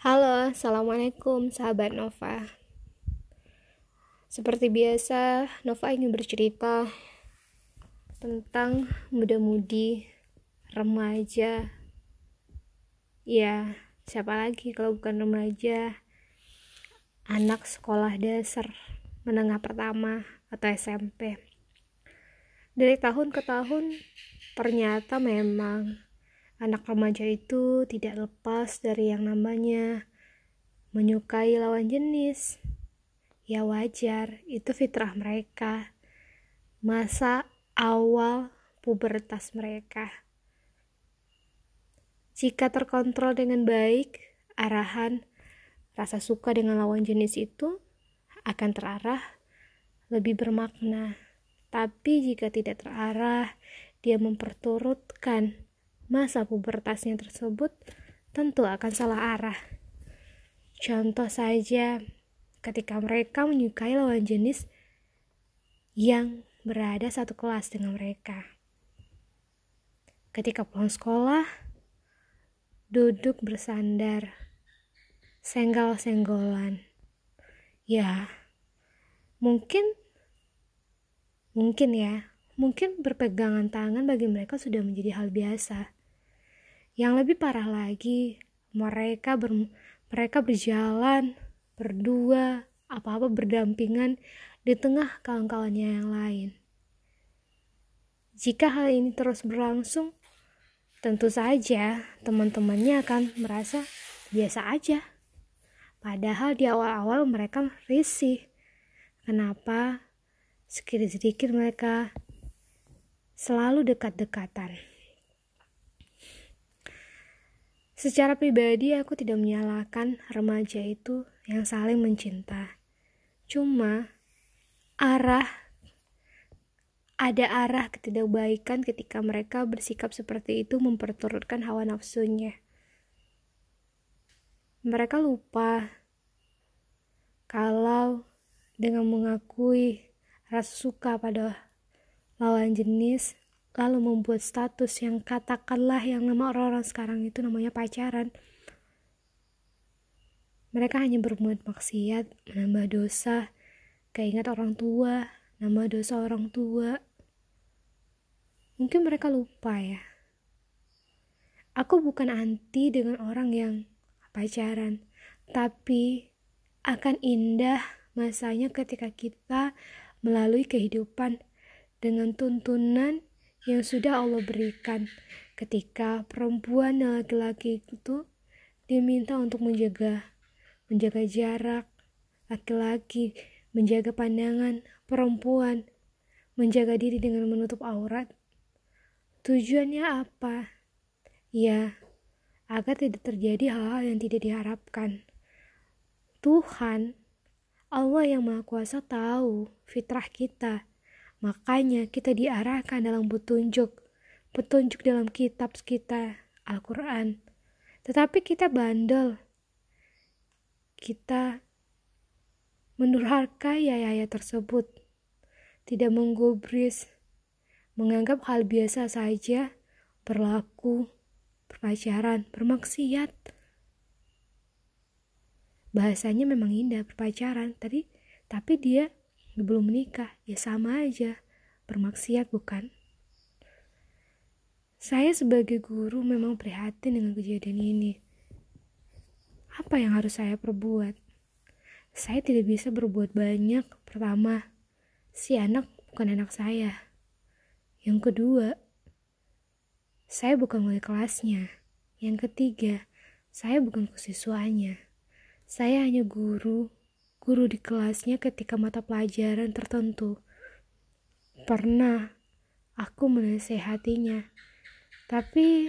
Halo, Assalamualaikum sahabat Nova. Seperti biasa, Nova ingin bercerita tentang muda-mudi, remaja. Ya, siapa lagi kalau bukan remaja, anak sekolah dasar, menengah pertama atau SMP. Dari tahun ke tahun, ternyata memang anak remaja itu tidak lepas dari yang namanya menyukai lawan jenis. Ya wajar, itu fitrah mereka, masa awal pubertas mereka. Jika terkontrol dengan baik, arahan rasa suka dengan lawan jenis itu akan terarah lebih bermakna. Tapi jika tidak terarah, dia memperturutkan masa pubertasnya tersebut, tentu akan salah arah. Contoh saja, ketika mereka menyukai lawan jenis yang berada satu kelas dengan mereka. Ketika pulang sekolah, duduk bersandar, senggol-senggolan. Ya, mungkin berpegangan tangan bagi mereka sudah menjadi hal biasa. Yang lebih parah lagi, mereka berjalan berdua, apa-apa berdampingan di tengah kawan-kawannya yang lain. Jika hal ini terus berlangsung, tentu saja teman-temannya akan merasa biasa aja. Padahal di awal-awal mereka risih. Kenapa sedikit-sedikit mereka selalu dekat-dekatan. Secara pribadi aku tidak menyalahkan remaja itu yang saling mencinta. Cuma ada arah ketidakbaikan ketika mereka bersikap seperti itu memperturutkan hawa nafsunya. Mereka lupa kalau dengan mengakui rasa suka pada lawan jenis, lalu membuat status yang katakanlah yang nama orang-orang sekarang itu namanya pacaran, mereka hanya berbuat maksiat, menambah dosa, keingat orang tua, nambah dosa orang tua. Mungkin mereka lupa ya. Aku bukan anti dengan orang yang pacaran, tapi akan indah masanya ketika kita melalui kehidupan dengan tuntunan yang sudah Allah berikan. Ketika perempuan dan laki-laki itu diminta untuk menjaga jarak, laki-laki menjaga pandangan, perempuan menjaga diri dengan menutup aurat. Tujuannya apa? Ya, agar tidak terjadi hal-hal yang tidak diharapkan. Tuhan, Allah yang Maha Kuasa tahu fitrah kita. Makanya kita diarahkan dalam petunjuk dalam kitab kita, Al-Quran. Tetapi kita bandel. Kita mendurhakai ayat-ayat tersebut. Tidak menggubris, menganggap hal biasa saja, berlaku, berpacaran, bermaksiat. Bahasanya memang indah, berpacaran, tapi dia belum menikah, ya sama aja, bermaksiat bukan? Saya sebagai guru memang prihatin dengan kejadian ini. Apa yang harus saya perbuat? Saya tidak bisa berbuat banyak. Pertama, si anak bukan anak saya. Yang kedua, saya bukan wali kelasnya. Yang ketiga, saya bukan siswanya. Saya hanya guru di kelasnya ketika mata pelajaran tertentu. Pernah aku menasehatinya, tapi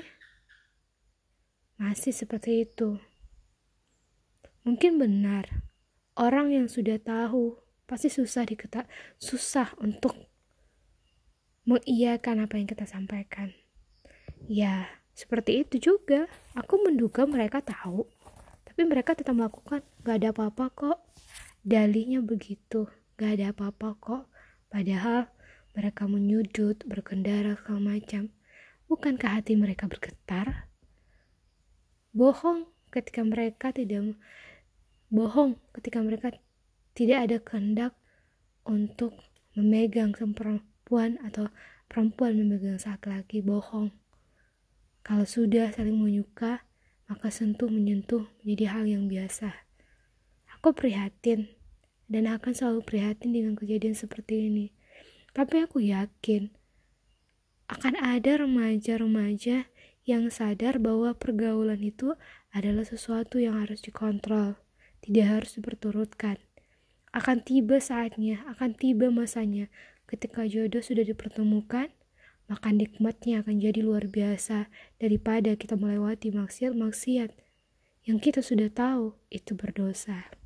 masih seperti itu. Mungkin benar, orang yang sudah tahu pasti susah untuk mengiyakan apa yang kita sampaikan. Ya, seperti itu juga. Aku menduga mereka tahu, tapi mereka tetap melakukan. Gak ada apa-apa kok. Dalihnya begitu, gak ada apa-apa kok. Padahal mereka menyudut, berkendara segala macam. Bukankah hati mereka bergetar? Bohong ketika mereka tidak bohong, ketika mereka tidak ada kehendak untuk memegang perempuan atau perempuan memegang laki-laki. Bohong. Kalau sudah saling menyuka, maka menyentuh menjadi hal yang biasa. Aku prihatin dan akan selalu prihatin dengan kejadian seperti ini. Tapi aku yakin akan ada remaja-remaja yang sadar bahwa pergaulan itu adalah sesuatu yang harus dikontrol, tidak harus diperturutkan. Akan tiba saatnya, akan tiba masanya ketika jodoh sudah dipertemukan, maka nikmatnya akan jadi luar biasa daripada kita melewati maksiat-maksiat yang kita sudah tahu itu berdosa.